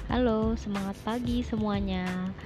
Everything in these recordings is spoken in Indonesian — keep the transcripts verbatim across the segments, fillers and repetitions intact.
Halo, semangat pagi semuanya.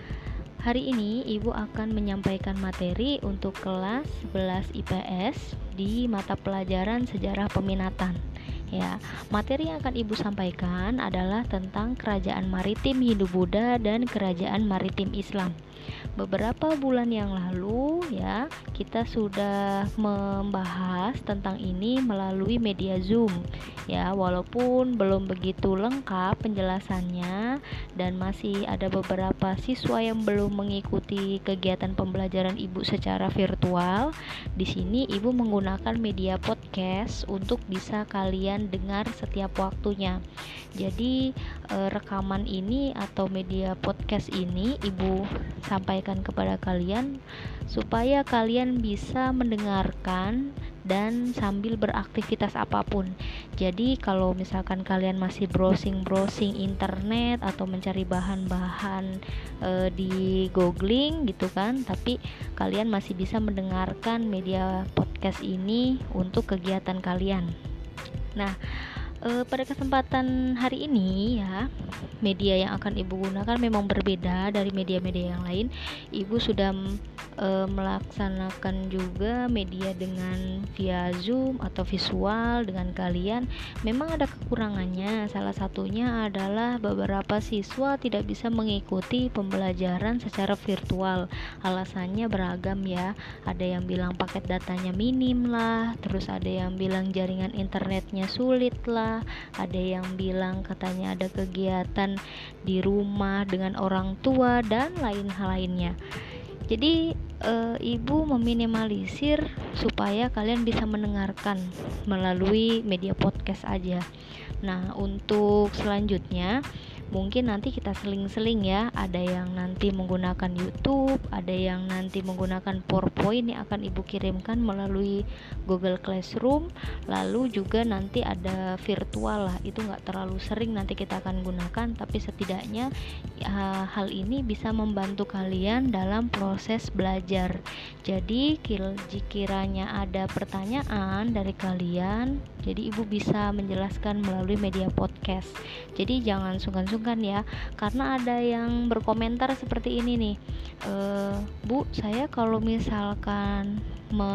Hari ini Ibu akan menyampaikan materi untuk kelas sebelas I P S di mata pelajaran Sejarah Peminatan. Ya, materi yang akan Ibu sampaikan adalah tentang Kerajaan Maritim Hindu-Buddha dan Kerajaan Maritim Islam. Beberapa bulan yang lalu ya, kita sudah membahas tentang ini melalui media Zoom. Ya, walaupun belum begitu lengkap penjelasannya dan masih ada beberapa siswa yang belum mengikuti kegiatan pembelajaran Ibu secara virtual. Di sini Ibu menggunakan media podcast untuk bisa kalian dengar setiap waktunya. Jadi eh, rekaman ini atau media podcast ini Ibu sampaikan kepada kalian supaya kalian bisa mendengarkan dan sambil beraktivitas apapun. Jadi kalau misalkan kalian masih browsing-browsing internet atau mencari bahan-bahan e, di googling gitu kan, tapi kalian masih bisa mendengarkan media podcast ini untuk kegiatan kalian. Nah, e, pada kesempatan hari ini ya, media yang akan Ibu gunakan memang berbeda dari media-media yang lain. Ibu sudah e, melaksanakan juga media dengan via Zoom atau visual dengan kalian. Memang ada kekurangannya. Salah satunya adalah beberapa siswa tidak bisa mengikuti pembelajaran secara virtual. Alasannya beragam ya. Ada yang bilang paket datanya minim lah, terus ada yang bilang jaringan internetnya sulit lah, ada yang bilang katanya ada kegiatan di rumah dengan orang tua dan lain hal lainnya. Jadi e, Ibu meminimalisir supaya kalian bisa mendengarkan melalui media podcast aja. Nah, untuk selanjutnya mungkin nanti kita seling-seling ya, ada yang nanti menggunakan YouTube, ada yang nanti menggunakan PowerPoint yang akan Ibu kirimkan melalui Google Classroom, lalu juga nanti ada virtual lah, itu nggak terlalu sering nanti kita akan gunakan, tapi setidaknya ya, hal ini bisa membantu kalian dalam proses belajar. Jadi jikiranya ada pertanyaan dari kalian, jadi Ibu bisa menjelaskan melalui media podcast. Jadi jangan sungkan-sungkan ya, karena ada yang berkomentar seperti ini nih, e, Bu, saya kalau misalkan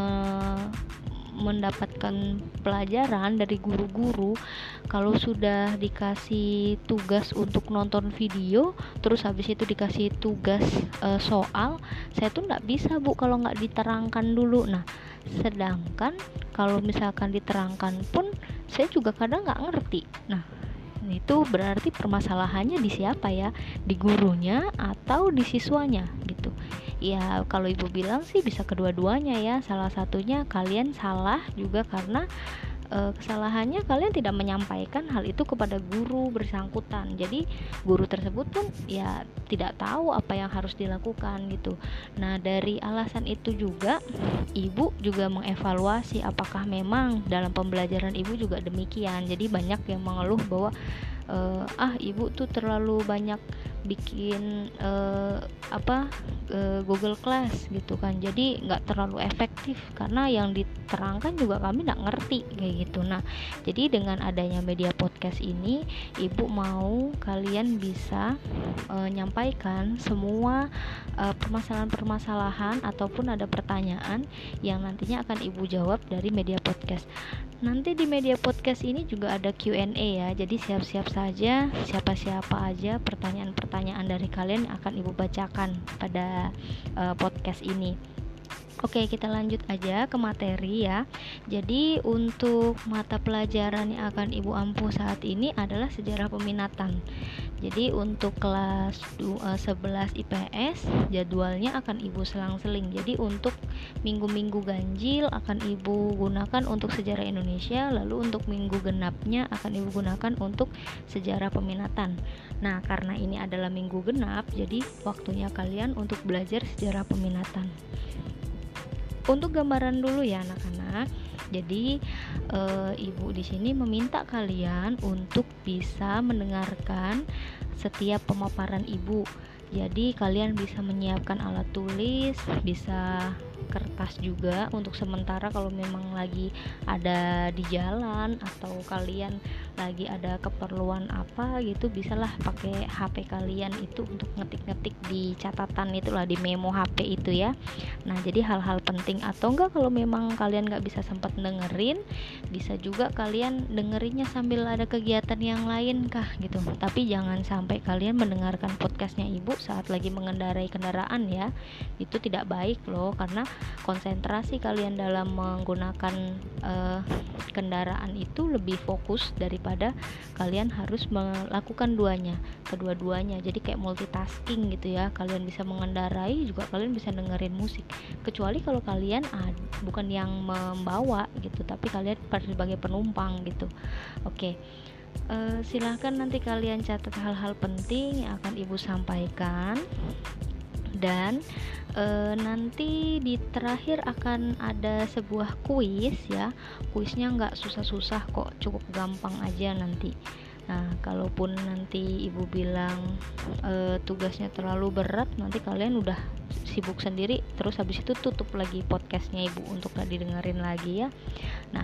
me- mendapatkan pelajaran dari guru-guru, kalau sudah dikasih tugas untuk nonton video, terus habis itu dikasih tugas e, soal, saya tuh nggak bisa Bu kalau nggak diterangkan dulu. Nah, sedangkan kalau misalkan diterangkan pun saya juga kadang nggak ngerti. Nah, itu berarti permasalahannya di siapa ya? Di gurunya atau di siswanya gitu. Ya, kalau Ibu bilang sih bisa kedua-duanya ya. Salah satunya kalian salah juga karena e, kesalahannya kalian tidak menyampaikan hal itu kepada guru bersangkutan. Jadi guru tersebut pun ya tidak tahu apa yang harus dilakukan gitu. Nah, dari alasan itu juga Ibu juga mengevaluasi apakah memang dalam pembelajaran Ibu juga demikian. Jadi banyak yang mengeluh bahwa uh, ah Ibu tuh terlalu banyak bikin uh, apa uh, Google Class gitu kan, jadi nggak terlalu efektif karena yang diterangkan juga kami nggak ngerti kayak gitu. Nah, jadi dengan adanya media podcast ini, Ibu mau kalian bisa uh, nyampaikan semua uh, permasalahan-permasalahan ataupun ada pertanyaan yang nantinya akan Ibu jawab dari media podcast. Nanti di media podcast ini juga ada Q and A ya, jadi siap-siap saja siapa-siapa aja pertanyaan-pertanyaan dari kalian akan Ibu bacakan pada uh, podcast ini. Oke, kita lanjut aja ke materi ya. Jadi untuk mata pelajaran yang akan Ibu ampuh saat ini adalah sejarah peminatan. Jadi untuk kelas sebelas I P S jadwalnya akan Ibu selang-seling. Jadi untuk minggu-minggu ganjil akan Ibu gunakan untuk sejarah Indonesia, lalu untuk minggu genapnya akan Ibu gunakan untuk sejarah peminatan. Nah, karena ini adalah minggu genap, jadi waktunya kalian untuk belajar sejarah peminatan. Untuk gambaran dulu ya anak-anak. Jadi e, Ibu di sini meminta kalian untuk bisa mendengarkan setiap pemaparan Ibu. Jadi kalian bisa menyiapkan alat tulis, bisa kertas juga untuk sementara kalau memang lagi ada di jalan atau kalian lagi ada keperluan apa gitu, bisalah pakai H P kalian itu untuk ngetik-ngetik di catatan itulah, di memo H P itu ya. Nah jadi hal-hal penting, atau enggak kalau memang kalian nggak bisa sempat dengerin, bisa juga kalian dengerinnya sambil ada kegiatan yang lain kah gitu. Tapi jangan sampai kalian mendengarkan podcastnya ibu saat lagi mengendarai kendaraan ya, itu tidak baik loh, karena konsentrasi kalian dalam menggunakan uh, kendaraan itu lebih fokus daripada kalian harus melakukan duanya, kedua-duanya. Jadi kayak multitasking gitu ya, kalian bisa mengendarai juga kalian bisa dengerin musik, kecuali kalau kalian ah, bukan yang membawa gitu, tapi kalian sebagai penumpang gitu. Oke, uh, silahkan nanti kalian catat hal-hal penting yang akan ibu sampaikan. Dan e, nanti di terakhir akan ada sebuah kuis ya. Kuisnya nggak susah-susah kok, cukup gampang aja nanti. Nah kalaupun nanti ibu bilang e, tugasnya terlalu berat, nanti kalian udah sibuk sendiri, terus habis itu tutup lagi podcastnya ibu untuk gak didengerin lagi ya. Nah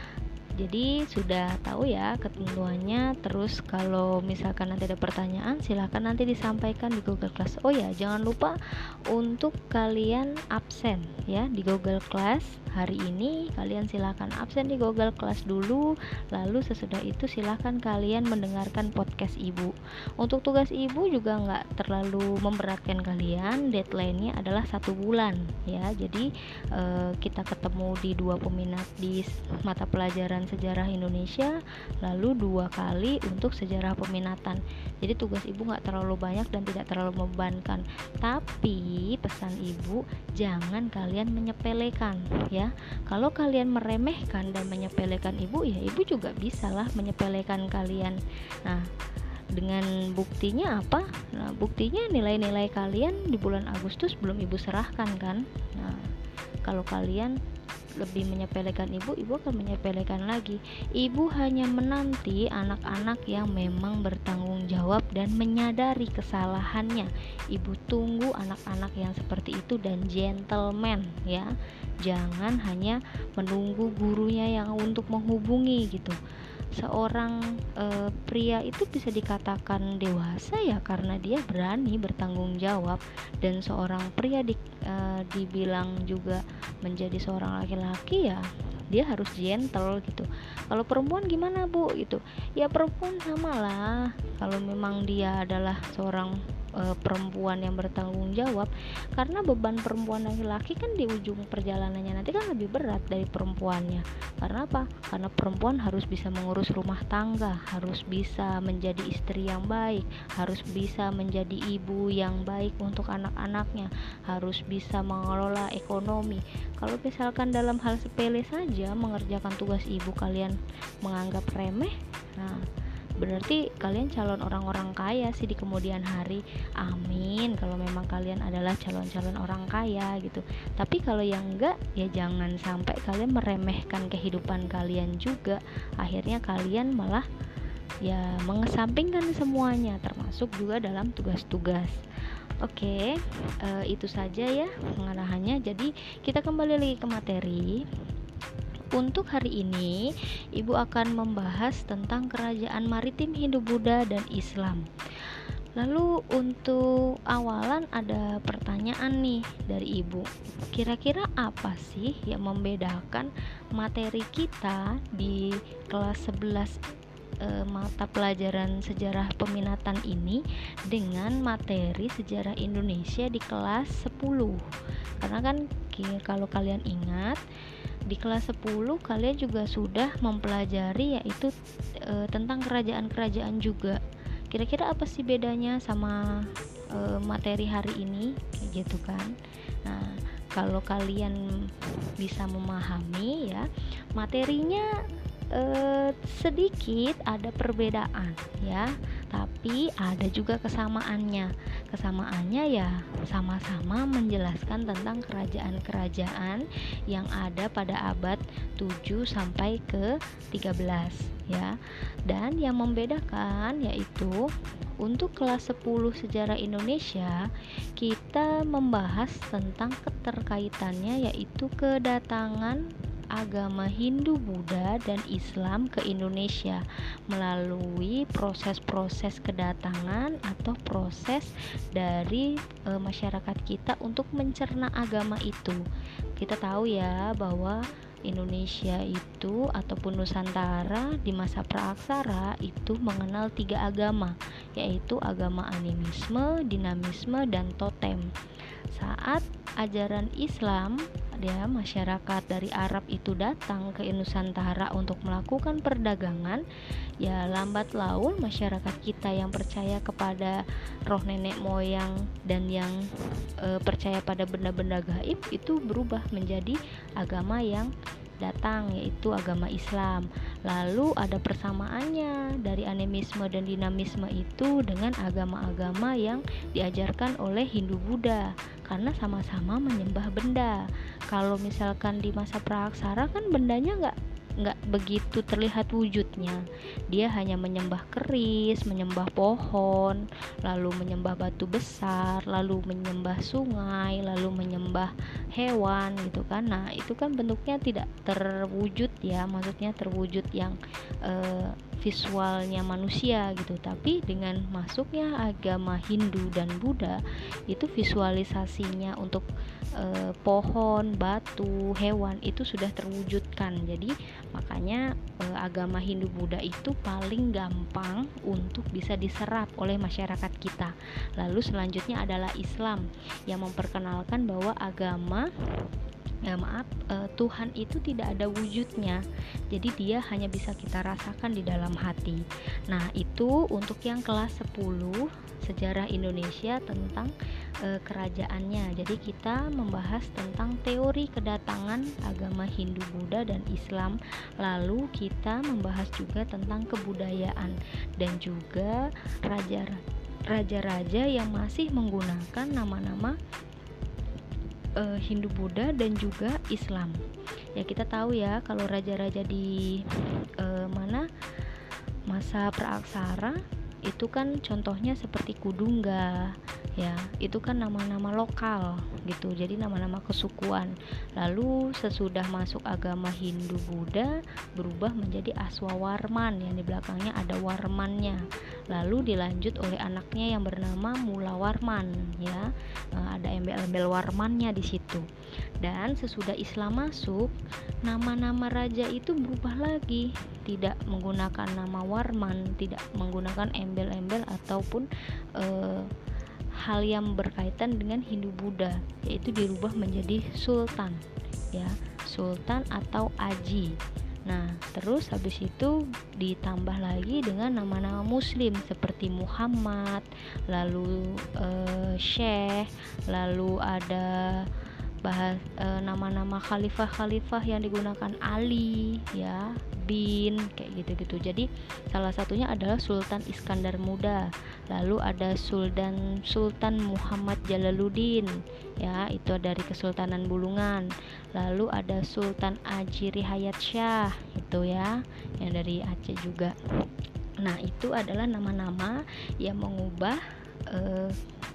jadi sudah tahu ya ketentuannya. Terus kalau misalkan nanti ada pertanyaan, silahkan nanti disampaikan di Google Class. Oh ya, jangan lupa untuk kalian absen ya di Google Class. Hari ini kalian silahkan absen di Google Class dulu, lalu sesudah itu silahkan kalian mendengarkan podcast ibu. Untuk tugas ibu juga nggak terlalu memberatkan kalian, deadline-nya adalah satu bulan ya. Jadi eh, kita ketemu di dua peminat di mata pelajaran sejarah Indonesia, lalu dua kali untuk sejarah peminatan. Jadi tugas ibu nggak terlalu banyak dan tidak terlalu membebankan. Tapi pesan ibu, jangan kalian menyepelekan ya. Kalau kalian meremehkan dan menyepelekan ibu, ya ibu juga bisalah menyepelekan kalian. Nah dengan buktinya apa? Nah buktinya nilai-nilai kalian di bulan Agustus belum ibu serahkan kan. Nah kalau kalian lebih menyepelekan ibu, ibu akan menyepelekan lagi. Ibu hanya menanti anak-anak yang memang bertanggung jawab dan menyadari kesalahannya. Ibu tunggu anak-anak yang seperti itu dan gentleman ya. Jangan hanya menunggu gurunya yang untuk menghubungi gitu. Seorang e, pria itu bisa dikatakan dewasa ya karena dia berani bertanggung jawab, dan seorang pria di, e, dibilang juga menjadi seorang laki-laki ya dia harus gentle gitu. Kalau perempuan gimana bu gitu? Ya perempuan sama lah. Kalau memang dia adalah seorang e, perempuan yang bertanggung jawab, karena beban perempuan laki-laki kan di ujung perjalanannya nanti kan lebih berat dari perempuannya. Karena apa? Karena perempuan harus bisa mengurus rumah tangga, harus bisa menjadi istri yang baik, harus bisa menjadi ibu yang baik untuk anak-anaknya, harus bisa mengelola ekonomi. Kalau misalkan dalam hal sepele saja mengerjakan tugas ibu kalian menganggap remeh, nah berarti kalian calon orang-orang kaya sih di kemudian hari. Amin kalau memang kalian adalah calon-calon orang kaya gitu. Tapi kalau yang enggak, ya jangan sampai kalian meremehkan kehidupan kalian juga. Akhirnya kalian malah ya mengesampingkan semuanya, termasuk juga dalam tugas-tugas. Oke, uh, itu saja ya pengarahannya. Jadi kita kembali lagi ke materi. Untuk hari ini, Ibu akan membahas tentang kerajaan maritim Hindu-Buddha dan Islam. Lalu untuk awalan ada pertanyaan nih dari Ibu. Kira-kira apa sih yang membedakan materi kita di kelas sebelas e, mata pelajaran sejarah peminatan ini dengan materi sejarah Indonesia di kelas sepuluh? Karena kan kalau kalian ingat, di kelas sepuluh kalian juga sudah mempelajari yaitu e, tentang kerajaan-kerajaan juga. Kira-kira apa sih bedanya sama e, materi hari ini kayak gitu kan. Nah kalau kalian bisa memahami ya, materinya e, sedikit ada perbedaan ya, tapi ada juga kesamaannya. Kesamaannya ya sama-sama menjelaskan tentang kerajaan-kerajaan yang ada pada abad tujuh sampai ke tiga belas ya. Dan yang membedakan yaitu untuk kelas sepuluh sejarah Indonesia kita membahas tentang keterkaitannya, yaitu kedatangan agama Hindu, Buddha, dan Islam ke Indonesia melalui proses-proses kedatangan atau proses dari e, masyarakat kita untuk mencerna agama itu. Kita tahu ya bahwa Indonesia itu ataupun Nusantara di masa praaksara itu mengenal tiga agama, yaitu agama animisme, dinamisme, dan totem. Saat ajaran Islam, ya, masyarakat dari Arab itu datang ke Nusantara untuk melakukan perdagangan, ya lambat laun masyarakat kita yang percaya kepada roh nenek moyang dan yang e, percaya pada benda-benda gaib itu berubah menjadi agama yang datang, yaitu agama Islam. Lalu ada persamaannya dari animisme dan dinamisme itu dengan agama-agama yang diajarkan oleh Hindu Buddha, karena sama-sama menyembah benda. Kalau misalkan di masa praaksara kan bendanya nggak nggak begitu terlihat wujudnya, dia hanya menyembah keris, menyembah pohon, lalu menyembah batu besar, lalu menyembah sungai, lalu menyembah hewan gitu kan. Nah itu kan bentuknya tidak terwujud ya, maksudnya terwujud yang eh, visualnya manusia gitu. Tapi dengan masuknya agama Hindu dan Buddha itu visualisasinya untuk eh, pohon, batu, hewan itu sudah terwujudkan. Jadi makanya eh, agama Hindu Buddha itu paling gampang untuk bisa diserap oleh masyarakat kita. Lalu selanjutnya adalah Islam yang memperkenalkan bahwa agama ya maaf eh, Tuhan itu tidak ada wujudnya, jadi dia hanya bisa kita rasakan di dalam hati. Nah itu untuk yang kelas sepuluh sejarah Indonesia tentang e, kerajaannya. Jadi kita membahas tentang teori kedatangan agama Hindu, Buddha, dan Islam. Lalu kita membahas juga tentang kebudayaan dan juga raja raja-raja yang masih menggunakan nama-nama e, Hindu, Buddha, dan juga Islam. Ya kita tahu ya kalau raja-raja di e, mana masa praaksara itu kan contohnya seperti Kudungga ya, itu kan nama-nama lokal gitu, jadi nama-nama kesukuan. Lalu sesudah masuk agama Hindu Buddha berubah menjadi Aswawarman yang di belakangnya ada Warmannya, lalu dilanjut oleh anaknya yang bernama Mulawarman ya, ada embel-embel Warmannya di situ. Dan sesudah Islam masuk, nama-nama raja itu berubah lagi, tidak menggunakan nama Warman, tidak menggunakan embel-embel ataupun eh, hal yang berkaitan dengan Hindu Buddha, yaitu dirubah menjadi sultan ya, sultan atau aji. Nah terus habis itu ditambah lagi dengan nama-nama muslim seperti Muhammad, lalu eh, Syekh, lalu ada bahas e, nama-nama khalifah-khalifah yang digunakan Ali ya, bin, kayak gitu-gitu. Jadi salah satunya adalah Sultan Iskandar Muda, lalu ada Sultan Sultan Muhammad Jalaluddin ya, itu dari Kesultanan Bulungan. Lalu ada Sultan Ajiri Hayat Shah itu ya, yang dari Aceh juga. Nah itu adalah nama-nama yang mengubah e,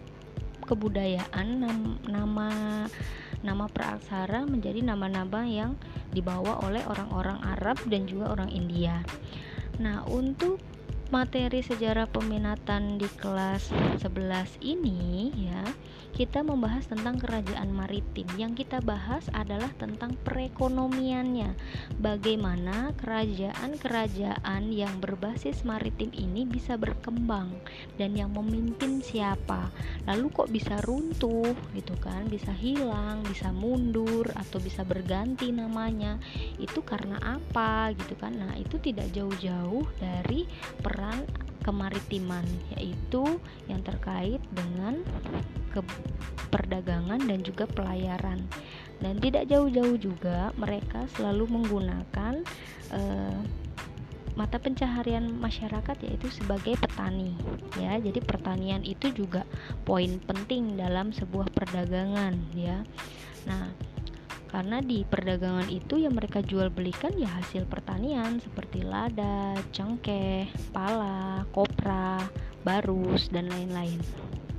kebudayaan nam- nama nama praaksara menjadi nama-nama yang dibawa oleh orang-orang Arab dan juga orang India. Nah, untuk materi sejarah peminatan di kelas sebelas ini ya, kita membahas tentang kerajaan maritim. Yang kita bahas adalah tentang perekonomiannya. Bagaimana kerajaan-kerajaan yang berbasis maritim ini bisa berkembang dan yang memimpin siapa. Lalu kok bisa runtuh gitu kan, bisa hilang, bisa mundur atau bisa berganti namanya. Itu karena apa gitu kan. Nah, itu tidak jauh-jauh dari peran kemaritiman, yaitu yang terkait dengan ke perdagangan dan juga pelayaran. Dan tidak jauh-jauh juga mereka selalu menggunakan eh, mata pencaharian masyarakat, yaitu sebagai petani ya. Jadi pertanian itu juga poin penting dalam sebuah perdagangan ya. Nah karena di perdagangan itu yang mereka jual belikan ya hasil pertanian seperti lada, cengkeh, pala, kopra, barus, dan lain-lain.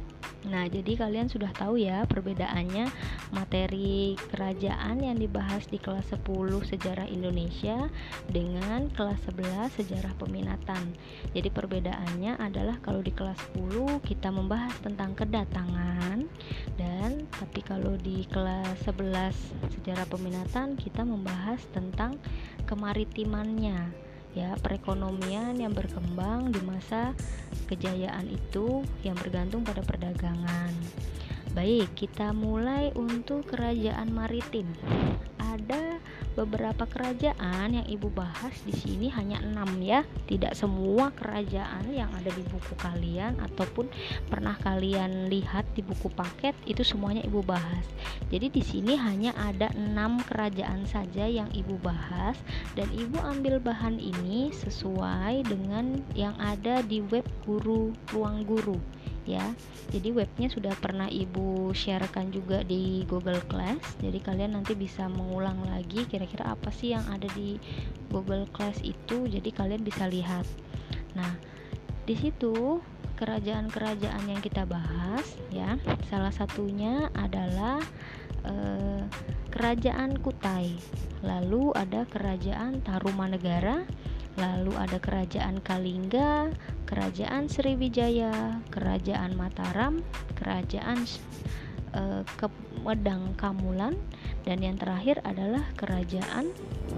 Nah, jadi kalian sudah tahu ya perbedaannya materi kerajaan yang dibahas di kelas sepuluh Sejarah Indonesia dengan kelas sebelas Sejarah Peminatan. Jadi perbedaannya adalah kalau di kelas sepuluh kita membahas tentang kedatangan, dan tapi kalau di kelas sebelas Sejarah Peminatan kita membahas tentang kemaritimannya, ya, perekonomian yang berkembang di masa kejayaan itu yang bergantung pada perdagangan. Baik, kita mulai untuk kerajaan maritim. Ada beberapa kerajaan yang Ibu bahas di sini, hanya enam ya. Tidak semua kerajaan yang ada di buku kalian ataupun pernah kalian lihat di buku paket itu semuanya Ibu bahas. Jadi di sini hanya ada enam kerajaan saja yang Ibu bahas, dan Ibu ambil bahan ini sesuai dengan yang ada di web Guru Ruang Guru. Ya, jadi webnya sudah pernah Ibu sharekan juga di Google Class. Jadi kalian nanti bisa mengulang lagi kira-kira apa sih yang ada di Google Class itu. Jadi kalian bisa lihat. Nah, di situ kerajaan-kerajaan yang kita bahas, ya, salah satunya adalah eh, Kerajaan Kutai. Lalu ada Kerajaan Tarumanegara. Lalu ada Kerajaan Kalingga, Kerajaan Sriwijaya, Kerajaan Mataram, Kerajaan e, Medang Kamulan, dan yang terakhir adalah Kerajaan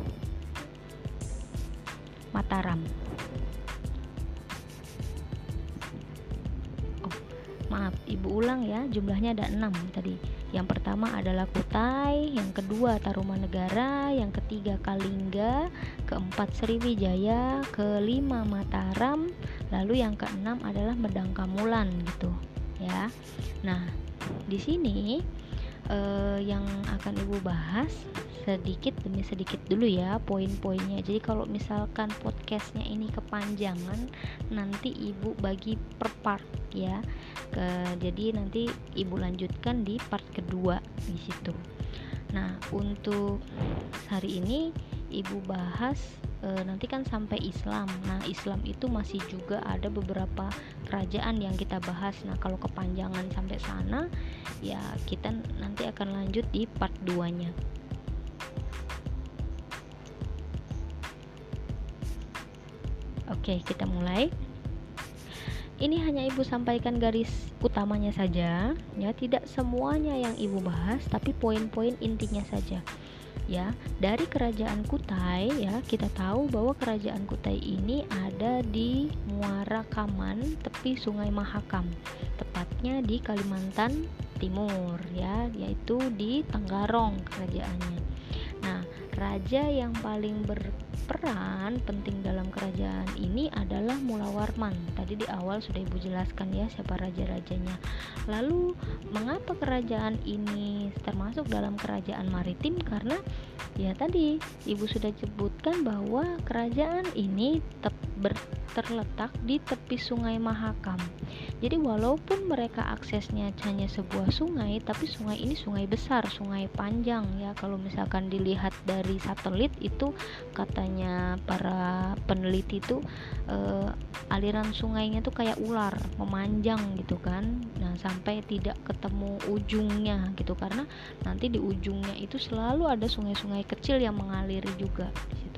Mataram. Oh, maaf, Ibu ulang ya, jumlahnya ada enam tadi. Yang pertama adalah Kutai, yang kedua Tarumanegara, yang ketiga Kalingga, keempat Sriwijaya, kelima Mataram, lalu yang keenam adalah Medang Kamulan gitu ya. Nah, di sini eh, yang akan Ibu bahas sedikit demi sedikit dulu ya poin-poinnya. Jadi kalau misalkan podcastnya ini kepanjangan, nanti Ibu bagi per part ya. Ke, jadi nanti Ibu lanjutkan di part kedua di situ. Nah, untuk hari ini Ibu bahas e, nanti kan sampai Islam. Nah, Islam itu masih juga ada beberapa kerajaan yang kita bahas. Nah, kalau kepanjangan sampai sana ya kita nanti akan lanjut di part dua-nya. Oke, kita mulai. Ini hanya Ibu sampaikan garis utamanya saja, ya, tidak semuanya yang Ibu bahas, tapi poin-poin intinya saja. Ya, dari Kerajaan Kutai ya, kita tahu bahwa Kerajaan Kutai ini ada di Muara Kaman, tepi Sungai Mahakam, tepatnya di Kalimantan Timur ya, yaitu di Tenggarong kerajaannya. Nah, raja yang paling berperan penting dalam kerajaan ini adalah Mula Warman. Tadi di awal sudah Ibu jelaskan ya siapa raja-rajanya. Lalu mengapa kerajaan ini termasuk dalam kerajaan maritim? Karena ya tadi Ibu sudah sebutkan bahwa kerajaan ini te- ber- terletak di tepi Sungai Mahakam. Jadi walaupun mereka aksesnya hanya sebuah sungai, tapi sungai ini sungai besar, sungai panjang ya. Kalau misalkan dilihat dari satelit itu katanya para peneliti itu eh, aliran sungainya tuh kayak ular, memanjang gitu kan. Nah, sampai tidak ketemu ujungnya gitu, karena nanti di ujungnya itu selalu ada sungai-sungai kecil yang mengaliri juga di situ.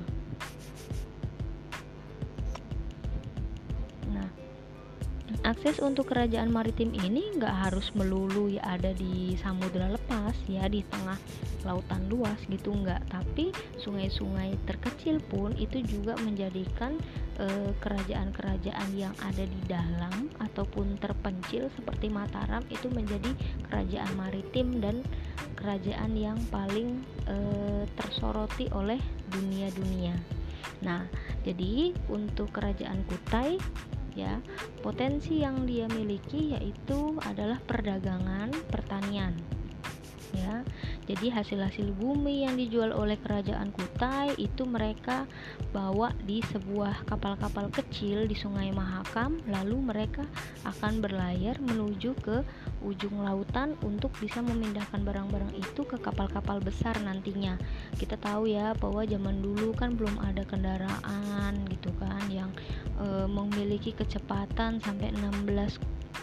Akses untuk kerajaan maritim ini nggak harus melulu ya ada di samudra lepas ya, di tengah lautan luas gitu, nggak. Tapi sungai-sungai terkecil pun itu juga menjadikan e, kerajaan-kerajaan yang ada di dalam ataupun terpencil seperti Mataram itu menjadi kerajaan maritim dan kerajaan yang paling e, tersoroti oleh dunia-dunia. Nah, jadi untuk kerajaan Kutai ya, potensi yang dia miliki yaitu adalah perdagangan, pertanian ya. Jadi hasil-hasil bumi yang dijual oleh kerajaan Kutai itu mereka bawa di sebuah kapal-kapal kecil di Sungai Mahakam, lalu mereka akan berlayar menuju ke ujung lautan untuk bisa memindahkan barang-barang itu ke kapal-kapal besar nantinya. Kita tahu ya bahwa zaman dulu kan belum ada kendaraan gitu kan yang e, memiliki kecepatan sampai enam belas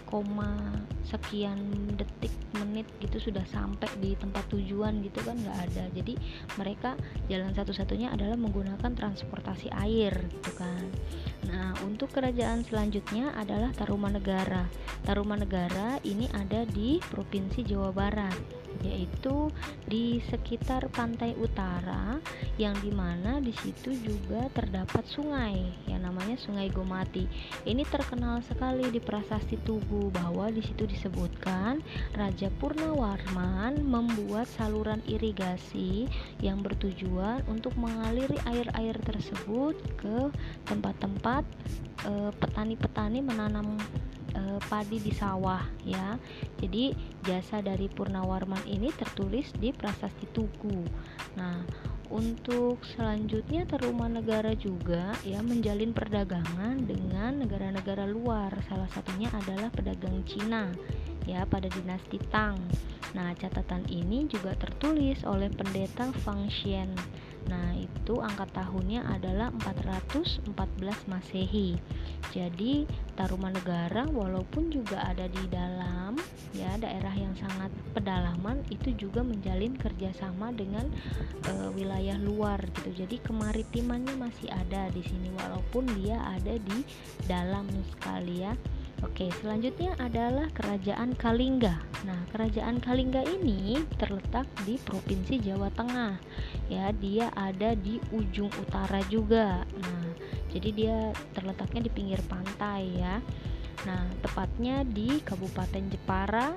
koma sekian detik menit gitu sudah sampai di tempat tujuan gitu kan, nggak ada. Jadi mereka jalan satu-satunya adalah menggunakan transportasi air gitu kan. Nah, untuk kerajaan selanjutnya adalah Tarumanegara. Tarumanegara ini ada di Provinsi Jawa Barat, yaitu di sekitar pantai utara, yang dimana di situ juga terdapat sungai yang namanya Sungai Gomati. Ini terkenal sekali di prasasti Tugu, bahwa di situ disebutkan Raja Purnawarman membuat saluran irigasi yang bertujuan untuk mengaliri air-air tersebut ke tempat-tempat e, petani-petani menanam e, padi di sawah ya. Jadi jasa dari Purnawarman ini tertulis di prasasti Tugu. Nah, untuk selanjutnya Tarumanegara juga ya menjalin perdagangan dengan negara-negara luar. Salah satunya adalah pedagang Cina ya pada dinasti Tang. Nah, catatan ini juga tertulis oleh pendeta Fang Xian. Nah, itu angka tahunnya adalah empat ratus empat belas Masehi. Jadi Tarumanegara walaupun juga ada di dalam ya daerah yang sangat pedalaman, itu juga menjalin kerjasama dengan e, wilayah luar gitu. Jadi kemaritimannya masih ada di sini walaupun dia ada di dalam sekali ya. Oke, selanjutnya adalah Kerajaan Kalingga. Nah, Kerajaan Kalingga ini terletak di Provinsi Jawa Tengah. Ya, dia ada di ujung utara juga. Nah, jadi dia terletaknya di pinggir pantai ya. Nah, tepatnya di Kabupaten Jepara.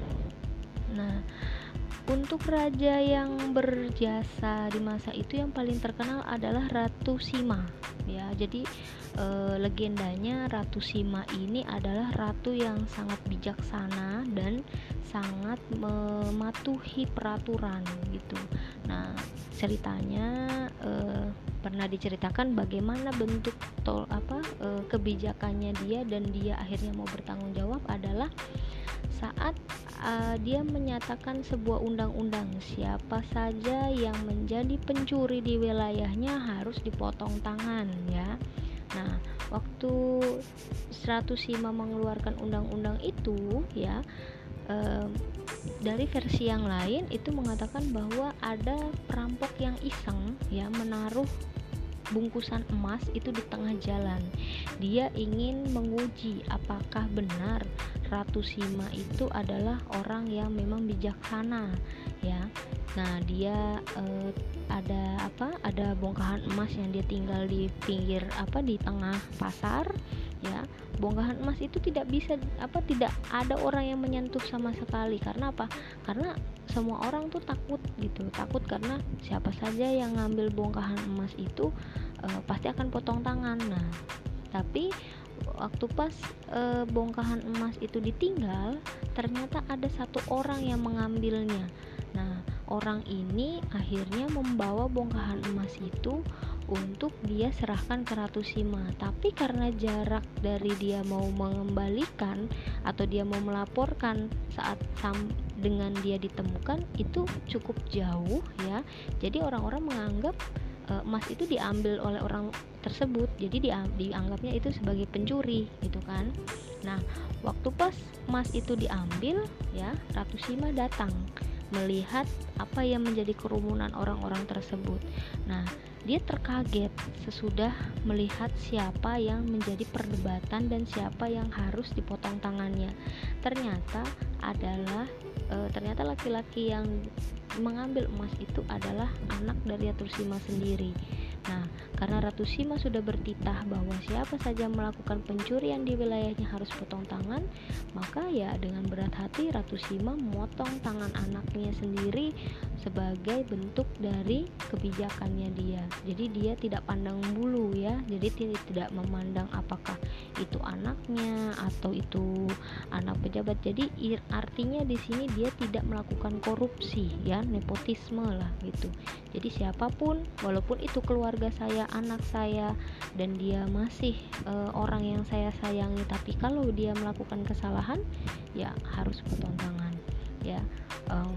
Nah, untuk raja yang berjasa di masa itu yang paling terkenal adalah Ratu Sima ya. Jadi e, legendanya Ratu Sima ini adalah ratu yang sangat bijaksana dan sangat mematuhi peraturan gitu. Nah, ceritanya e, pernah diceritakan bagaimana bentuk tol apa e, kebijakannya dia, dan dia akhirnya mau bertanggung jawab adalah saat uh, dia menyatakan sebuah undang-undang, siapa saja yang menjadi pencuri di wilayahnya harus dipotong tangan ya. Nah, waktu Ratu Sima mengeluarkan undang-undang itu ya, uh, dari versi yang lain itu mengatakan bahwa ada perampok yang iseng ya menaruh bungkusan emas itu di tengah jalan. Dia ingin menguji apakah benar Ratu Sima itu adalah orang yang memang bijaksana ya. Nah, dia eh, ada apa? Ada bongkahan emas yang dia tinggal di pinggir apa di tengah pasar ya. Bongkahan emas itu tidak bisa apa tidak ada orang yang menyentuh sama sekali. Karena apa? Karena semua orang tuh takut gitu, takut karena siapa saja yang ngambil bongkahan emas itu e, pasti akan potong tangan. Nah, tapi waktu pas e, bongkahan emas itu ditinggal, ternyata ada satu orang yang mengambilnya. Nah, orang ini akhirnya membawa bongkahan emas itu untuk dia serahkan ke Ratu Sima. Tapi karena jarak dari dia mau mengembalikan atau dia mau melaporkan saat sam dengan dia ditemukan itu cukup jauh ya. Jadi orang-orang menganggap e, emas itu diambil oleh orang tersebut. Jadi dia, dianggapnya itu sebagai pencuri gitu kan. Nah, waktu pas emas itu diambil ya, Ratu Sima datang melihat apa yang menjadi kerumunan orang-orang tersebut. Nah, dia terkaget sesudah melihat siapa yang menjadi perdebatan dan siapa yang harus dipotong tangannya. Ternyata adalah e, ternyata laki-laki yang mengambil emas itu adalah anak dari Ratu Sima sendiri. Nah, karena Ratu Sima sudah bertitah bahwa siapa saja melakukan pencurian di wilayahnya harus potong tangan, maka ya dengan berat hati Ratu Sima memotong tangan anaknya sendiri sebagai bentuk dari kebijakannya dia. Jadi dia tidak pandang bulu ya, jadi tidak memandang apakah itu anaknya atau itu anak pejabat. Jadi artinya di sini dia tidak melakukan korupsi ya, nepotisme lah gitu. Jadi siapapun, walaupun itu keluarga saya, anak saya, dan dia masih e, orang yang saya sayangi, tapi kalau dia melakukan kesalahan ya harus potong tangan ya. um,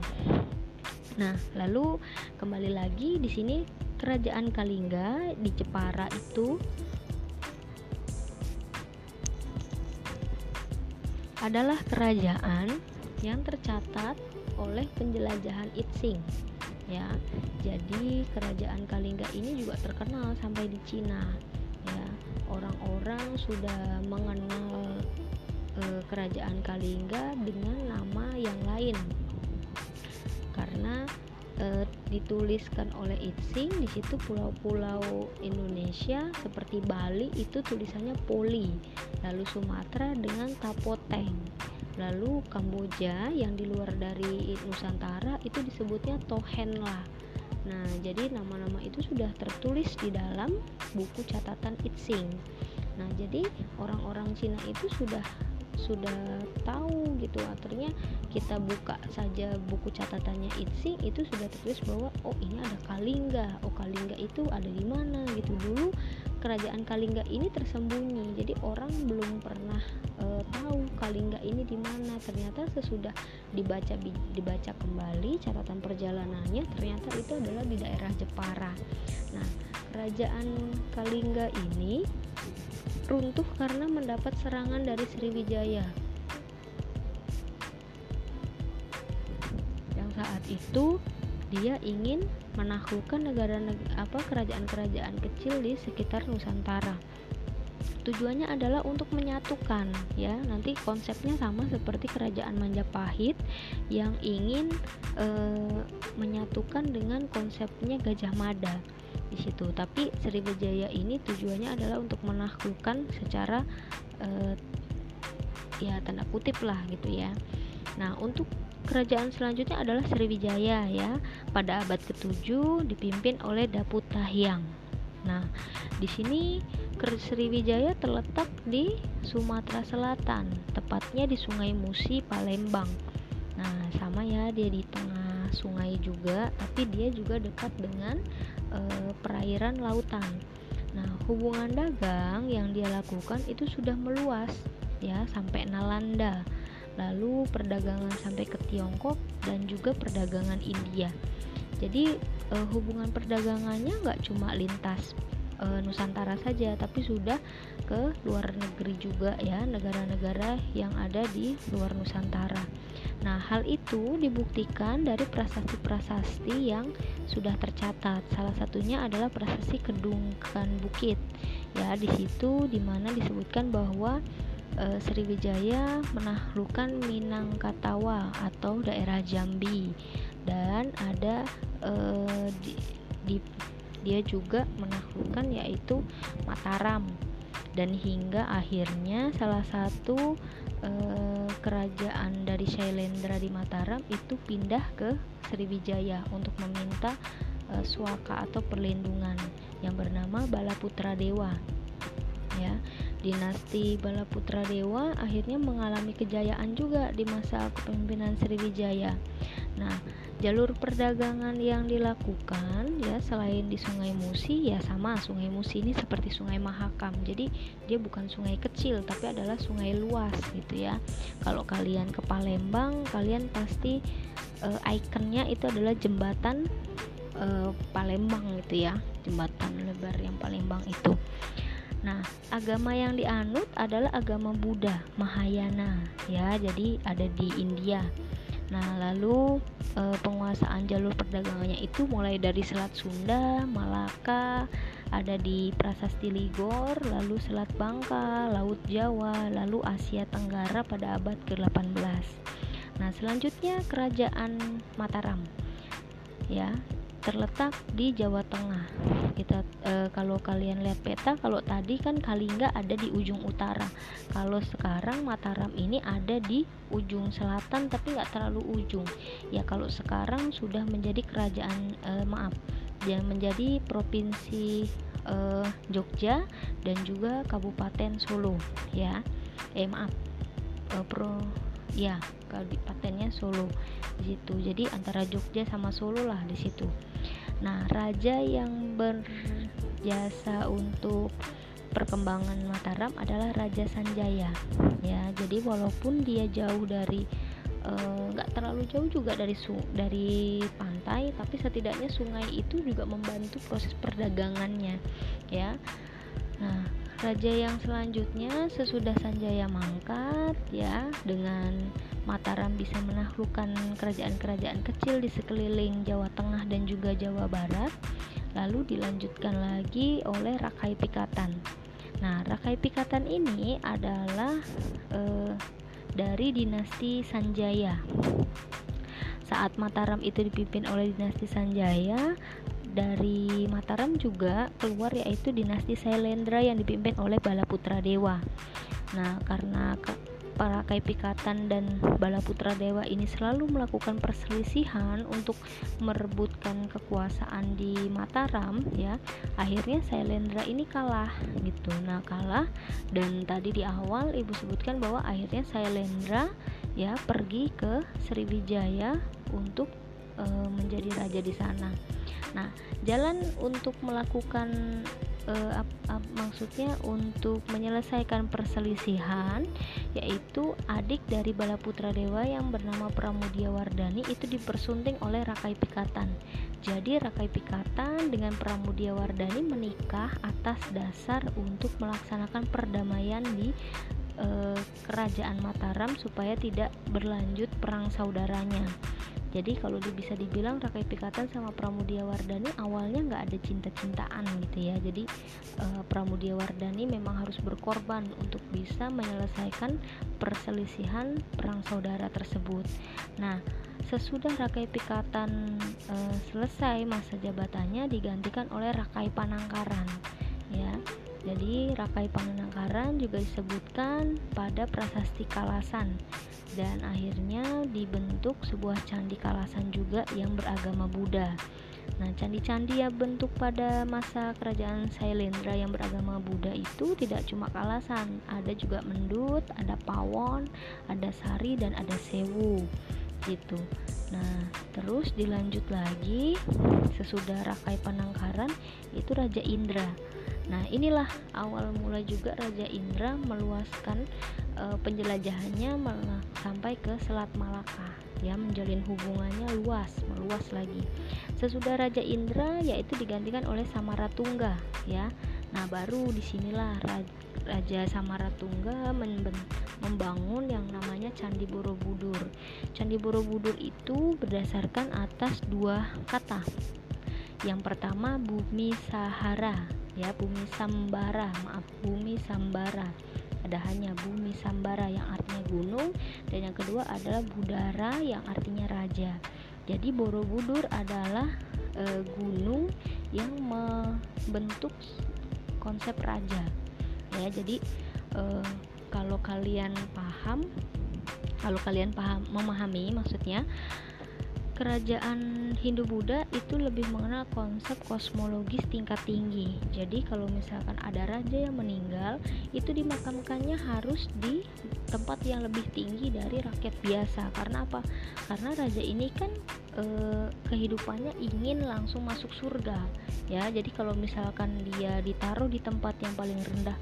Nah, lalu kembali lagi di sini Kerajaan Kalingga di Jepara itu adalah kerajaan yang tercatat oleh penjelajahan Itsing, ya. Jadi kerajaan Kalingga ini juga terkenal sampai di Cina, ya. Orang-orang sudah mengenal e, kerajaan Kalingga dengan nama yang lain karena e, dituliskan oleh Itsing. Di situ pulau-pulau Indonesia seperti Bali itu tulisannya Poli, lalu Sumatera dengan Tapoteng, lalu Kamboja yang di luar dari Nusantara itu disebutnya Tohenla. Nah, jadi nama-nama itu sudah tertulis di dalam buku catatan Itsing. Nah, jadi orang-orang Cina itu sudah sudah tahu gitu. Artinya kita buka saja buku catatannya Itsing itu sudah tertulis bahwa oh ini ada Kalingga, oh Kalingga itu ada di mana gitu. Dulu kerajaan Kalingga ini tersembunyi, jadi orang belum pernah e, tahu Kalingga ini di mana. Ternyata sesudah dibaca dibaca kembali catatan perjalanannya, ternyata itu adalah di daerah Jepara. Nah, kerajaan Kalingga ini runtuh karena mendapat serangan dari Sriwijaya yang saat itu dia ingin menaklukkan negara apa kerajaan-kerajaan kecil di sekitar Nusantara. Tujuannya adalah untuk menyatukan, ya. Nanti konsepnya sama seperti kerajaan Majapahit yang ingin e, menyatukan dengan konsepnya Gajah Mada di situ. Tapi Sriwijaya ini tujuannya adalah untuk menaklukkan secara e, ya tanda kutip lah gitu ya. Nah, untuk kerajaan selanjutnya adalah Sriwijaya, ya, pada abad ketujuh dipimpin oleh Daputahyang. Nah, di sini Sriwijaya terletak di Sumatera Selatan, tepatnya di Sungai Musi, Palembang. Nah, sama ya, dia di tengah sungai juga, tapi dia juga dekat dengan e, perairan lautan. Nah, hubungan dagang yang dia lakukan itu sudah meluas, ya, sampai Nalanda. Lalu perdagangan sampai ke Tiongkok dan juga perdagangan India. Jadi eh, hubungan perdagangannya nggak cuma lintas eh, Nusantara saja, tapi sudah ke luar negeri juga, ya, negara-negara yang ada di luar Nusantara. Nah, hal itu dibuktikan dari prasasti-prasasti yang sudah tercatat. Salah satunya adalah prasasti Kedungkan Bukit, ya, di situ dimana disebutkan bahwa e, Sriwijaya menaklukkan Minangkatawa atau daerah Jambi, dan ada e, di, di, dia juga menaklukkan yaitu Mataram, dan hingga akhirnya salah satu e, kerajaan dari Shailendra di Mataram itu pindah ke Sriwijaya untuk meminta e, swaka atau perlindungan yang bernama Balaputra Dewa, ya. Dinasti Balaputra Dewa akhirnya mengalami kejayaan juga di masa kepemimpinan Sriwijaya. Nah, jalur perdagangan yang dilakukan, ya, selain di Sungai Musi, ya sama, Sungai Musi ini seperti Sungai Mahakam. Jadi dia bukan sungai kecil tapi adalah sungai luas gitu ya. Kalau kalian ke Palembang, kalian pasti uh, ikonnya itu adalah jembatan uh, Palembang gitu ya, jembatan lebar yang Palembang itu. Nah, agama yang dianut adalah agama Buddha Mahayana, ya, jadi ada di India. Nah, lalu e, penguasaan jalur perdagangannya itu mulai dari Selat Sunda, Malaka, ada di Prasasti Ligor, lalu Selat Bangka, Laut Jawa, lalu Asia Tenggara pada abad ke delapan belas. Nah, selanjutnya Kerajaan Mataram, ya, terletak di Jawa Tengah. Kita e, kalau kalian lihat peta, kalau tadi kan Kalingga ada di ujung utara, kalau sekarang Mataram ini ada di ujung selatan tapi nggak terlalu ujung. Ya, kalau sekarang sudah menjadi kerajaan e, maaf, yang menjadi provinsi e, Jogja dan juga Kabupaten Solo, ya. Eh maaf, e, pro ya kabupatennya Solo di situ. Jadi antara Jogja sama Solo lah di situ. Nah, raja yang berjasa untuk perkembangan Mataram adalah Raja Sanjaya, ya. Jadi walaupun dia jauh dari nggak e, terlalu jauh juga dari su dari pantai, tapi setidaknya sungai itu juga membantu proses perdagangannya, ya. Nah, Raja yang selanjutnya sesudah Sanjaya mangkat ya, dengan Mataram bisa menaklukkan kerajaan-kerajaan kecil di sekeliling Jawa Tengah dan juga Jawa Barat. Lalu dilanjutkan lagi oleh Rakai Pikatan. Nah, Rakai Pikatan ini adalah eh, dari dinasti Sanjaya. Saat Mataram itu dipimpin oleh dinasti Sanjaya, dari Mataram juga keluar yaitu dinasti Sailendra yang dipimpin oleh Balaputra Dewa. Nah, karena para Rakai Pikatan dan Balaputra Dewa ini selalu melakukan perselisihan untuk merebutkan kekuasaan di Mataram ya, akhirnya Sailendra ini kalah gitu. Nah, kalah, dan tadi di awal Ibu sebutkan bahwa akhirnya Sailendra ya pergi ke Sriwijaya untuk e, menjadi raja di sana. Nah, jalan untuk melakukan eh, ap, ap, maksudnya untuk menyelesaikan perselisihan, yaitu adik dari Balaputra Dewa yang bernama Pramudiawardhani itu dipersunting oleh Rakai Pikatan. Jadi Rakai Pikatan dengan Pramudiawardhani menikah atas dasar untuk melaksanakan perdamaian di eh, kerajaan Mataram supaya tidak berlanjut perang saudaranya. Jadi kalau bisa dibilang Rakai Pikatan sama Pramudiawardhani awalnya nggak ada cinta-cintaan gitu ya. Jadi uh, Pramudiawardhani memang harus berkorban untuk bisa menyelesaikan perselisihan perang saudara tersebut. Nah, sesudah Rakai Pikatan uh, selesai masa jabatannya digantikan oleh Rakai Panangkaran ya. Jadi Rakai Panangkaran juga disebutkan pada prasasti Kalasan, dan akhirnya dibentuk sebuah candi Kalasan juga yang beragama Buddha. Nah, candi-candi yang bentuk pada masa kerajaan Sailendra yang beragama Buddha itu tidak cuma Kalasan, ada juga Mendut, ada Pawon, ada Sari, dan ada Sewu gitu. Nah, terus dilanjut lagi sesudah Rakai Panangkaran itu Raja Indra. Nah, inilah awal mula juga Raja Indra meluaskan e, penjelajahannya malah sampai ke Selat Malaka ya, menjalin hubungannya luas, meluas lagi. Sesudah Raja Indra yaitu digantikan oleh Samaratungga ya. Nah, baru disinilah Raja Samaratungga membangun yang namanya Candi Borobudur. Candi Borobudur itu berdasarkan atas dua kata. Yang pertama Bumi Sahara ya, Bumi Sambara, maaf Bumi Sambara. Ada hanya Bumi Sambara yang artinya gunung, dan yang kedua adalah Budara yang artinya raja. Jadi Borobudur adalah e, gunung yang membentuk konsep raja. Ya, jadi e, kalau kalian paham, kalau kalian paham memahami maksudnya, kerajaan Hindu-Buddha itu lebih mengenal konsep kosmologis tingkat tinggi. Jadi kalau misalkan ada raja yang meninggal, itu dimakamkannya harus di tempat yang lebih tinggi dari rakyat biasa. Karena apa? Karena raja ini kan e, kehidupannya ingin langsung masuk surga ya. Jadi kalau misalkan dia ditaruh di tempat yang paling rendah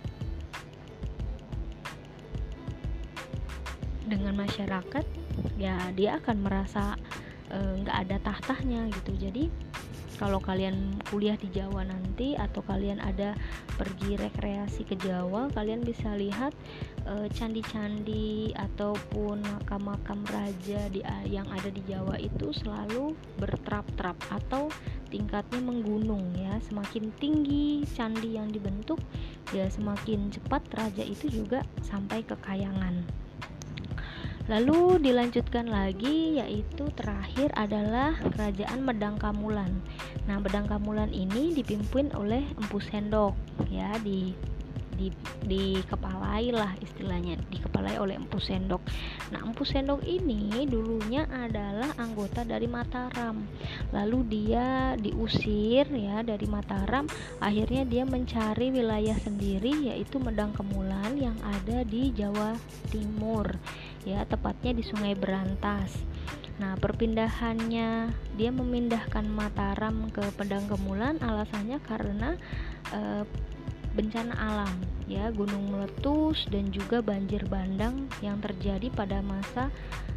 dengan masyarakat, ya dia akan merasa nggak e, ada tahtanya gitu. Jadi kalau kalian kuliah di Jawa nanti atau kalian ada pergi rekreasi ke Jawa, kalian bisa lihat e, candi-candi ataupun makam-makam raja di, yang ada di Jawa itu selalu bertrap-trap atau tingkatnya menggunung ya. Semakin tinggi candi yang dibentuk ya, semakin cepat raja itu juga sampai ke kayangan. Lalu dilanjutkan lagi, yaitu terakhir adalah kerajaan Medang Kamulan. Nah, Medang Kamulan ini dipimpin oleh Empu Sendok ya, di di dikepalai lah istilahnya, dikepalai oleh Empu Sendok. Nah, Empu Sendok ini dulunya adalah anggota dari Mataram. Lalu dia diusir ya dari Mataram, akhirnya dia mencari wilayah sendiri yaitu Medang Kamulan yang ada di Jawa Timur. Ya, tepatnya di Sungai Berantas. Nah, perpindahannya dia memindahkan Mataram ke Medang Kamulan alasannya karena e, bencana alam ya, gunung meletus dan juga banjir bandang yang terjadi pada masa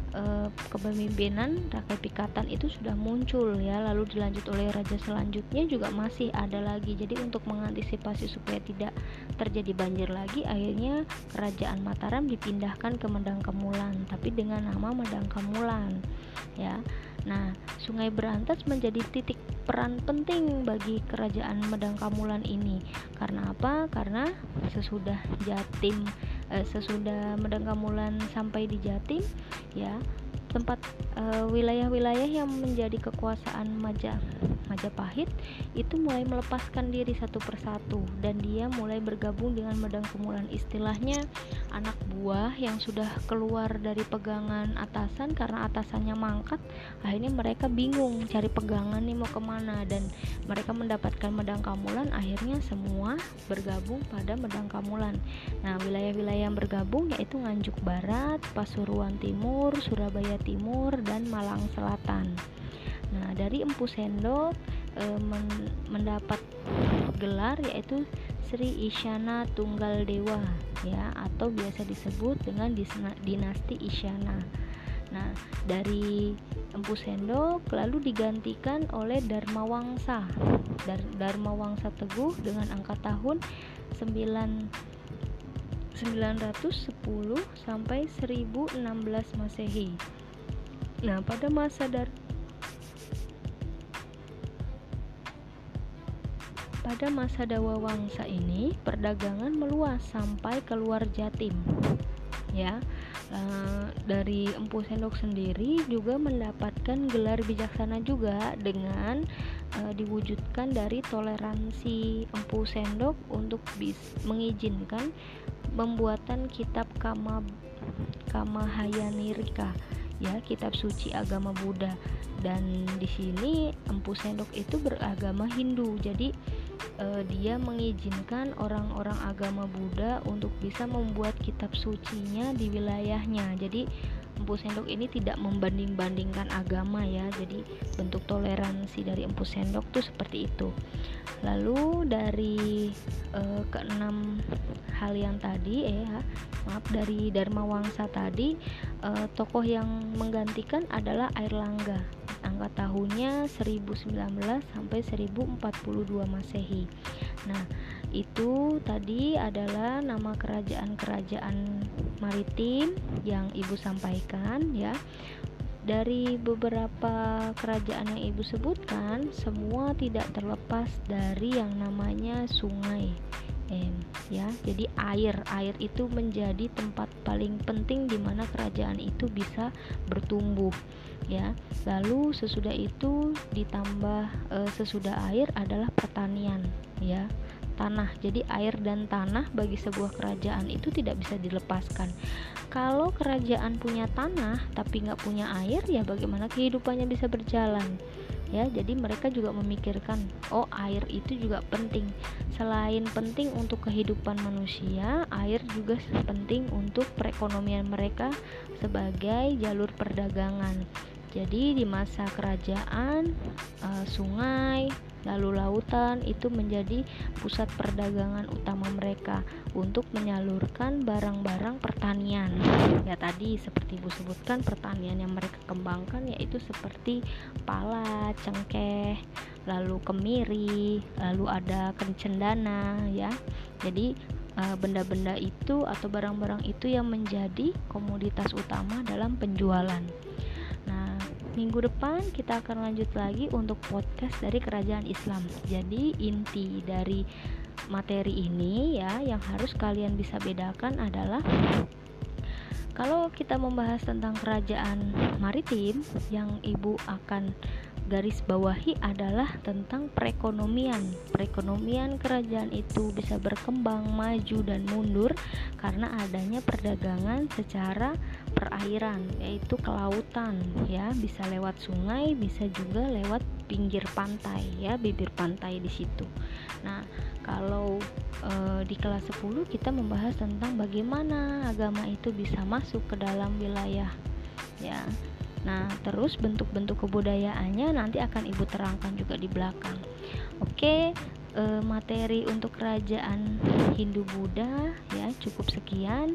e, kepemimpinan Rakai Pikatan itu sudah muncul ya, lalu dilanjut oleh raja selanjutnya juga masih ada lagi. Jadi untuk mengantisipasi supaya tidak terjadi banjir lagi, akhirnya kerajaan Mataram dipindahkan ke Medangkamulan, tapi dengan nama Medangkamulan ya. Nah, Sungai Berantas menjadi titik peran penting bagi kerajaan Medangkamulan ini. Karena apa? Karena sesudah Jatim eh, sesudah Medangkamulan sampai di Jatim ya, tempat eh, wilayah-wilayah yang menjadi kekuasaan Maja Majapahit itu mulai melepaskan diri satu persatu, dan dia mulai bergabung dengan Medangkamulan. Istilahnya anak buah yang sudah keluar dari pegangan atasan karena atasannya mangkat, akhirnya mereka bingung cari pegangan nih mau kemana, dan mereka mendapatkan Medangkamulan, akhirnya semua bergabung pada Medangkamulan. Nah, wilayah-wilayah yang bergabung yaitu Nganjuk Barat, Pasuruan Timur, Surabaya Timur, dan Malang Selatan. Nah, dari Empu Sendok e, men, mendapat gelar yaitu Sri Isyana Tunggal Dewa ya, atau biasa disebut dengan dinasti Isyana. Nah, dari Empu Sendok lalu digantikan oleh Dharma Wangsa. Dar, Dharma Wangsa Teguh dengan angka tahun sembilan ratus sepuluh sampai seribu enam belas Masehi. Nah, pada masa dar Pada masa Dawa Wangsa ini, perdagangan meluas sampai keluar Jatim. Ya, e, dari Empu Sendok sendiri juga mendapatkan gelar bijaksana juga dengan e, diwujudkan dari toleransi Empu Sendok untuk bis, mengizinkan pembuatan kitab Kama Kamahayanirika, ya, kitab suci agama Buddha. Dan di sini Empu Sendok itu beragama Hindu, jadi eh, dia mengizinkan orang-orang agama Buddha untuk bisa membuat kitab sucinya di wilayahnya. Jadi Empu Sendok ini tidak membanding-bandingkan agama ya, jadi bentuk toleransi dari Empu Sendok tuh seperti itu. Lalu dari eh, keenam hal yang tadi eh ya, maaf dari Dharma Wangsa tadi, eh, tokoh yang menggantikan adalah Airlangga. Angka tahunnya seribu sembilan belas sampai seribu empat puluh dua Masehi. Nah, itu tadi adalah nama kerajaan-kerajaan maritim yang Ibu sampaikan ya. Dari beberapa kerajaan yang Ibu sebutkan, semua tidak terlepas dari yang namanya sungai. Eh, ya, jadi air, air itu menjadi tempat paling penting di mana kerajaan itu bisa bertumbuh. Ya, lalu sesudah itu ditambah e, sesudah air adalah pertanian, ya, tanah. Jadi air dan tanah bagi sebuah kerajaan itu tidak bisa dilepaskan. Kalau kerajaan punya tanah tapi nggak punya air, ya bagaimana kehidupannya bisa berjalan? Ya, jadi mereka juga memikirkan, oh air itu juga penting. Selain penting untuk kehidupan manusia, air juga penting untuk perekonomian mereka sebagai jalur perdagangan. Jadi di masa kerajaan, uh, sungai, lalu lautan itu menjadi pusat perdagangan utama mereka untuk menyalurkan barang-barang pertanian. Ya, tadi seperti Ibu sebutkan, pertanian yang mereka kembangkan yaitu seperti pala, cengkeh, lalu kemiri, lalu ada kencendana ya. Jadi uh, benda-benda itu atau barang-barang itu yang menjadi komoditas utama dalam penjualan. Nah, minggu depan kita akan lanjut lagi untuk podcast dari Kerajaan Islam. Jadi inti dari materi ini ya, yang harus kalian bisa bedakan adalah kalau kita membahas tentang kerajaan maritim, yang Ibu akan garis bawahi adalah tentang perekonomian. Perekonomian kerajaan itu bisa berkembang, maju dan mundur karena adanya perdagangan secara perairan, yaitu ke lautan ya, bisa lewat sungai, bisa juga lewat pinggir pantai ya, bibir pantai di situ. Nah, kalau e, di kelas sepuluh kita membahas tentang bagaimana agama itu bisa masuk ke dalam wilayah ya. Nah, terus bentuk-bentuk kebudayaannya nanti akan Ibu terangkan juga di belakang. Oke, e, materi untuk kerajaan Hindu Buddha ya cukup sekian.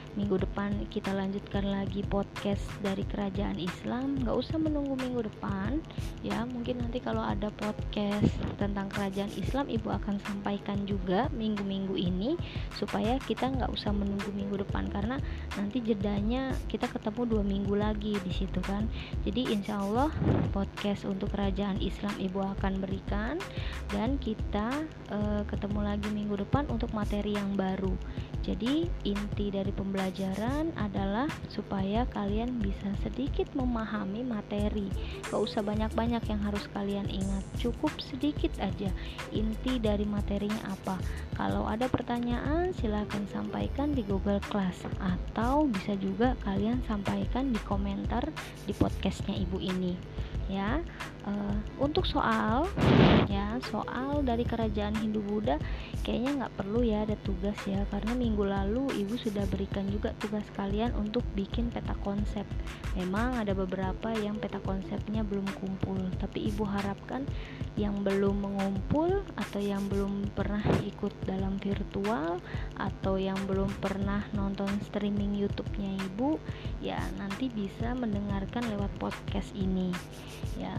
minggu depan kita lanjutkan lagi podcast dari Kerajaan Islam. Nggak usah menunggu minggu depan ya, mungkin nanti kalau ada podcast tentang Kerajaan Islam ibu akan sampaikan juga minggu-minggu ini, supaya kita nggak usah menunggu minggu depan, karena nanti jedanya kita ketemu dua minggu lagi di situ kan. Jadi insya Allah podcast untuk Kerajaan Islam ibu akan berikan, dan kita e, ketemu lagi minggu depan untuk materi yang baru. Jadi inti dari pembelajaran adalah supaya kalian bisa sedikit memahami materi. Gak usah banyak-banyak yang harus kalian ingat, cukup sedikit aja inti dari materinya apa. Kalau ada pertanyaan silahkan sampaikan di Google Class, atau bisa juga kalian sampaikan di komentar di podcastnya ibu ini ya. Uh, untuk soal ya soal dari Kerajaan Hindu Buddha kayaknya nggak perlu ya ada tugas ya, karena minggu lalu ibu sudah berikan juga tugas kalian untuk bikin peta konsep. Memang ada beberapa yang peta konsepnya belum kumpul, tapi ibu harapkan yang belum mengumpul, atau yang belum pernah ikut dalam virtual, atau yang belum pernah nonton streaming YouTube-nya ibu ya, nanti bisa mendengarkan lewat podcast ini ya.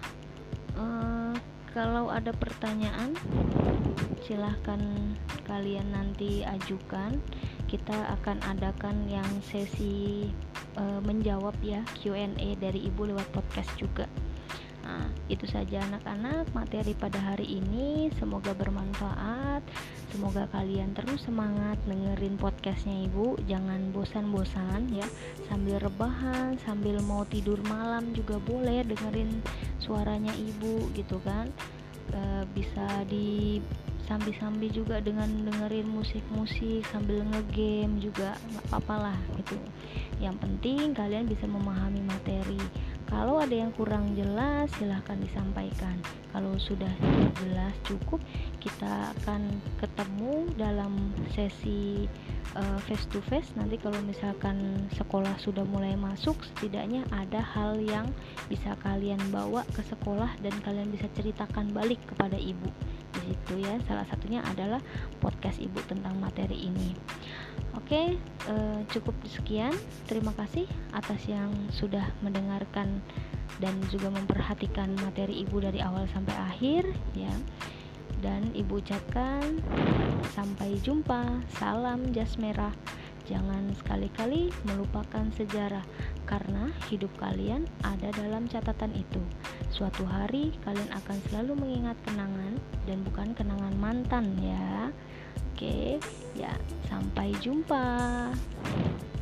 Uh, kalau ada pertanyaan silahkan kalian nanti ajukan. Kita akan adakan yang sesi uh, menjawab ya, Q and A dari ibu lewat podcast juga. Nah, itu saja anak-anak materi pada hari ini, semoga bermanfaat. Semoga kalian terus semangat dengerin podcastnya ibu, jangan bosan-bosan ya, sambil rebahan, sambil mau tidur malam juga boleh dengerin suaranya ibu gitu kan. E, bisa di sambil-sambil juga dengan dengerin musik-musik sambil ngegame juga nggak apa-apa lah gitu. Yang penting kalian bisa memahami materi. Kalau ada yang kurang jelas silahkan disampaikan. Kalau sudah jelas cukup, kita akan ketemu dalam sesi uh, face to face. Nanti kalau misalkan sekolah sudah mulai masuk, setidaknya ada hal yang bisa kalian bawa ke sekolah dan kalian bisa ceritakan balik kepada ibu di situ ya. Salah satunya adalah podcast ibu tentang materi ini. Oke, eh, cukup sekian. Terima kasih atas yang sudah mendengarkan dan juga memperhatikan materi ibu dari awal sampai akhir ya. Dan ibu ucapkan sampai jumpa. Salam jas merah. Jangan sekali-kali melupakan sejarah, karena hidup kalian ada dalam catatan itu. Suatu hari kalian akan selalu mengingat kenangan, dan bukan kenangan mantan ya. Oke, ya, sampai jumpa.